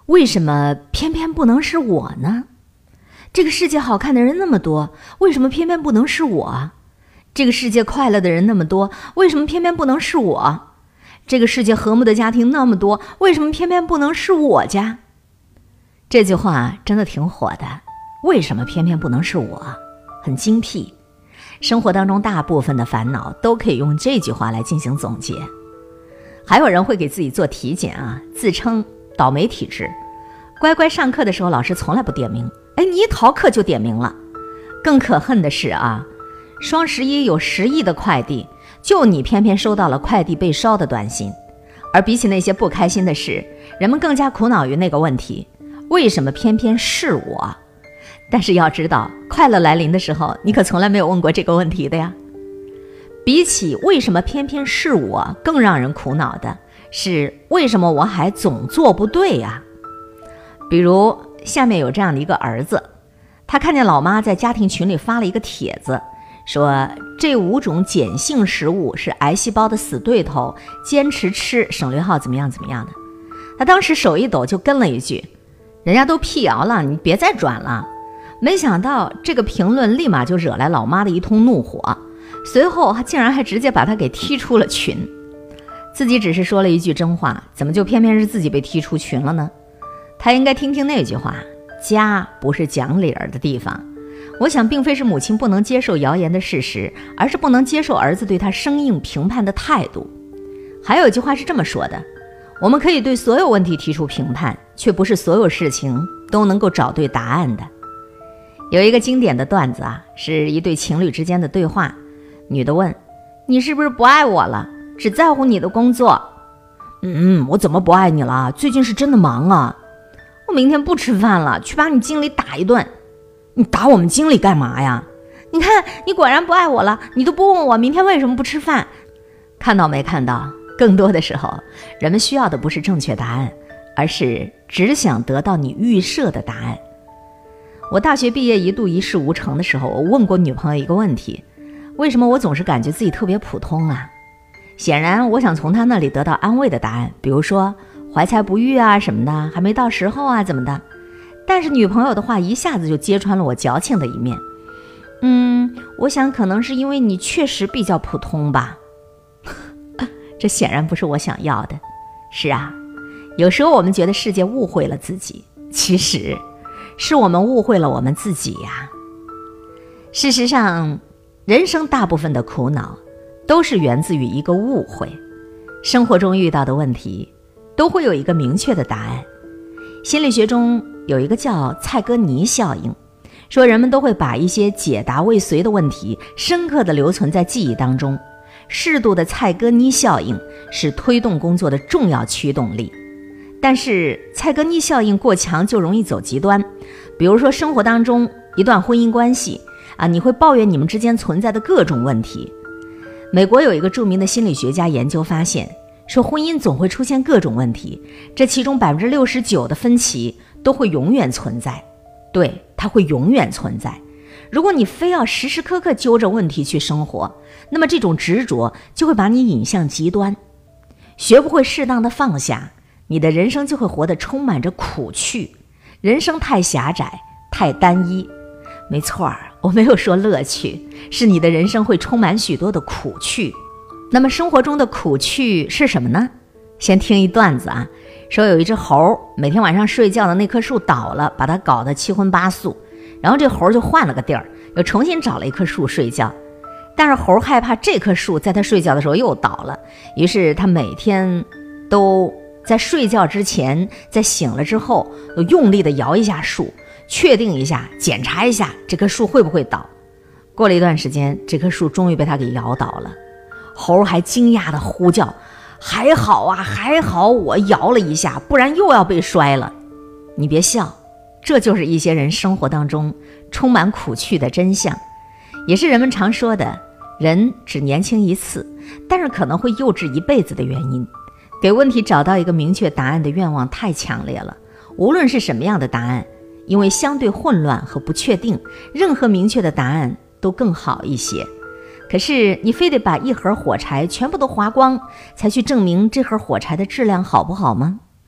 为什么偏偏不能是我呢？这个世界好看的人那么多，为什么偏偏不能是我？这个世界快乐的人那么多，为什么偏偏不能是我？这个世界和睦的家庭那么多，为什么偏偏不能是我家？这句话真的挺火的，为什么偏偏不能是我？很精辟。生活当中大部分的烦恼都可以用这句话来进行总结。还有人会给自己做体检啊，自称倒霉体质，乖乖上课的时候老师从来不点名，你一逃课就点名了。更可恨的是啊，双11有10亿的快递，就你偏偏收到了快递被烧的短信。而比起那些不开心的事，人们更加苦恼于那个问题，为什么偏偏是我？但是要知道，快乐来临的时候，你可从来没有问过这个问题的呀。比起为什么偏偏是我，更让人苦恼的是为什么我还总做不对呀？比如下面有这样的一个儿子，他看见老妈在家庭群里发了一个帖子，说这5种碱性食物是癌细胞的死对头，坚持吃，省略号怎么样怎么样的。他当时手一抖就跟了一句，人家都辟谣了，你别再转了。没想到这个评论立马就惹来老妈的一通怒火，随后他竟然还直接把他给踢出了群。自己只是说了一句真话，怎么就偏偏是自己被踢出群了呢？他应该听听那句话，家不是讲理儿的地方。我想并非是母亲不能接受谣言的事实，而是不能接受儿子对他生硬评判的态度。还有一句话是这么说的，我们可以对所有问题提出评判，却不是所有事情都能够找对答案的。有一个经典的段子啊，是一对情侣之间的对话。女的问，你是不是不爱我了，只在乎你的工作？我怎么不爱你了？最近是真的忙啊。我明天不吃饭了，去把你经理打一顿。你打我们经理干嘛呀？你看你果然不爱我了，你都不问我明天为什么不吃饭。看到没看到，更多的时候人们需要的不是正确答案，而是只想得到你预设的答案。我大学毕业一度一事无成的时候，我问过女朋友一个问题，为什么我总是感觉自己特别普通啊？显然我想从她那里得到安慰的答案，比如说怀才不遇啊什么的，还没到时候啊怎么的。但是女朋友的话一下子就揭穿了我矫情的一面。我想可能是因为你确实比较普通吧。这显然不是我想要的。是啊，有时候我们觉得世界误会了自己，其实是我们误会了我们自己呀。事实上，人生大部分的苦恼都是源自于一个误会。生活中遇到的问题都会有一个明确的答案。心理学中有一个叫蔡格尼效应，说人们都会把一些解答未遂的问题深刻地留存在记忆当中。适度的蔡格尼效应是推动工作的重要驱动力。但是蔡格尼效应过强就容易走极端。比如说生活当中一段婚姻关系你会抱怨你们之间存在的各种问题。美国有一个著名的心理学家研究发现，说婚姻总会出现各种问题，这其中69%的分歧都会永远存在。对，它会永远存在。如果你非要时时刻刻揪着问题去生活，那么这种执着就会把你引向极端。学不会适当的放下，你的人生就会活得充满着苦趣。人生太狭窄，太单一。没错，我没有说乐趣，是你的人生会充满许多的苦趣。那么生活中的苦趣是什么呢？先听一段子啊，说有一只猴，每天晚上睡觉的那棵树倒了，把它搞得七荤八素，然后这猴就换了个地儿，又重新找了一棵树睡觉。但是猴害怕这棵树在他睡觉的时候又倒了，于是他每天都在睡觉之前，在醒了之后都用力的摇一下树，确定一下，检查一下这棵树会不会倒。过了一段时间，这棵树终于被他给摇倒了。猴还惊讶的呼叫，还好啊，还好我摇了一下，不然又要被摔了。你别笑，这就是一些人生活当中充满苦趣的真相，也是人们常说的人只年轻一次，但是可能会幼稚一辈子的原因。给问题找到一个明确答案的愿望太强烈了，无论是什么样的答案，因为相对混乱和不确定，任何明确的答案都更好一些。可是你非得把一盒火柴全部都划光，才去证明这盒火柴的质量好不好吗？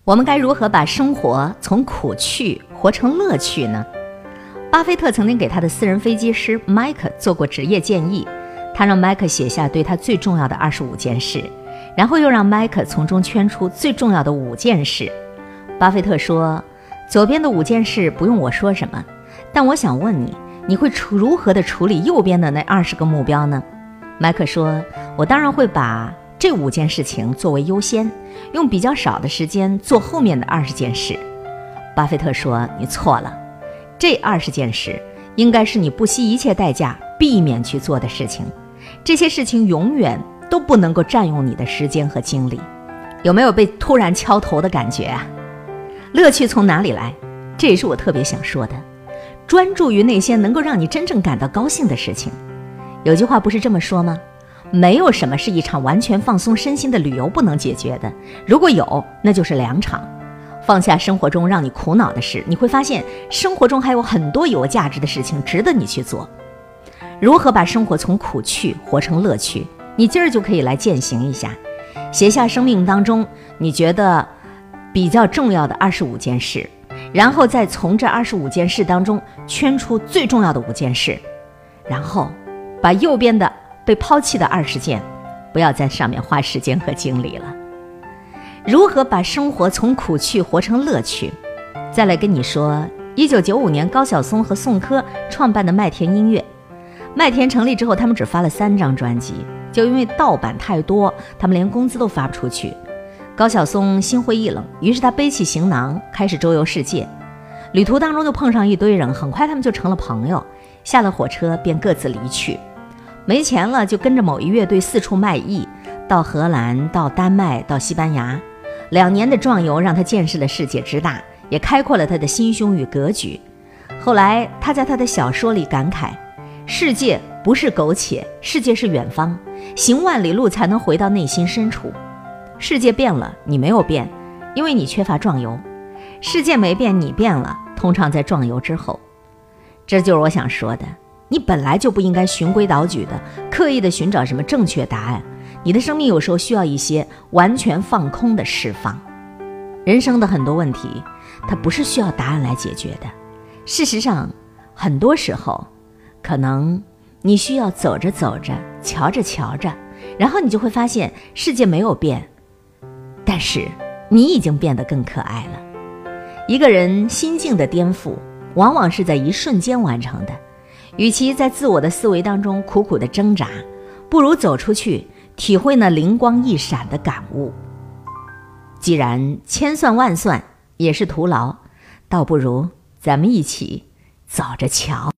我们该如何把生活从苦趣活成乐趣呢？巴菲特曾经给他的私人飞机师麦克做过职业建议，他让麦克写下对他最重要的25件事，然后又让麦克从中圈出最重要的5件事。巴菲特说，左边的5件事不用我说什么，但我想问你，你会如何的处理右边的那20个目标呢？麦克说，我当然会把这5件事情作为优先，用比较少的时间做后面的20件事。巴菲特说，你错了，这20件事应该是你不惜一切代价避免去做的事情，这些事情永远都不能够占用你的时间和精力。有没有被突然敲头的感觉啊？乐趣从哪里来？这也是我特别想说的，专注于那些能够让你真正感到高兴的事情。有句话不是这么说吗？没有什么是一场完全放松身心的旅游不能解决的，如果有，那就是2场。放下生活中让你苦恼的事，你会发现生活中还有很多有价值的事情值得你去做。如何把生活从苦趣活成乐趣？你今儿就可以来践行一下，写下生命当中你觉得比较重要的25件事，然后再从这25件事当中圈出最重要的5件事，然后把右边的被抛弃的20件不要在上面花时间和精力了。如何把生活从苦趣活成乐趣？再来跟你说1995年高晓松和宋柯创办的麦田音乐。麦田成立之后，他们只发了3张专辑，就因为盗版太多，他们连工资都发不出去。高晓松心灰意冷，于是他背起行囊开始周游世界。旅途当中就碰上一堆人，很快他们就成了朋友，下了火车便各自离去。没钱了就跟着某一乐队四处卖艺，到荷兰，到丹麦，到西班牙。2年的壮游让他见识了世界之大，也开阔了他的心胸与格局。后来他在他的小说里感慨，世界不是苟且，世界是远方，行万里路才能回到内心深处。世界变了，你没有变，因为你缺乏壮游。世界没变，你变了，通常在壮游之后。这就是我想说的，你本来就不应该循规蹈矩的刻意的寻找什么正确答案，你的生命有时候需要一些完全放空的释放。人生的很多问题它不是需要答案来解决的，事实上很多时候可能你需要走着走着，瞧着瞧着，然后你就会发现世界没有变，但是你已经变得更可爱了。一个人心境的颠覆往往是在一瞬间完成的，与其在自我的思维当中苦苦的挣扎，不如走出去体会那灵光一闪的感悟。既然千算万算也是徒劳，倒不如咱们一起走着瞧。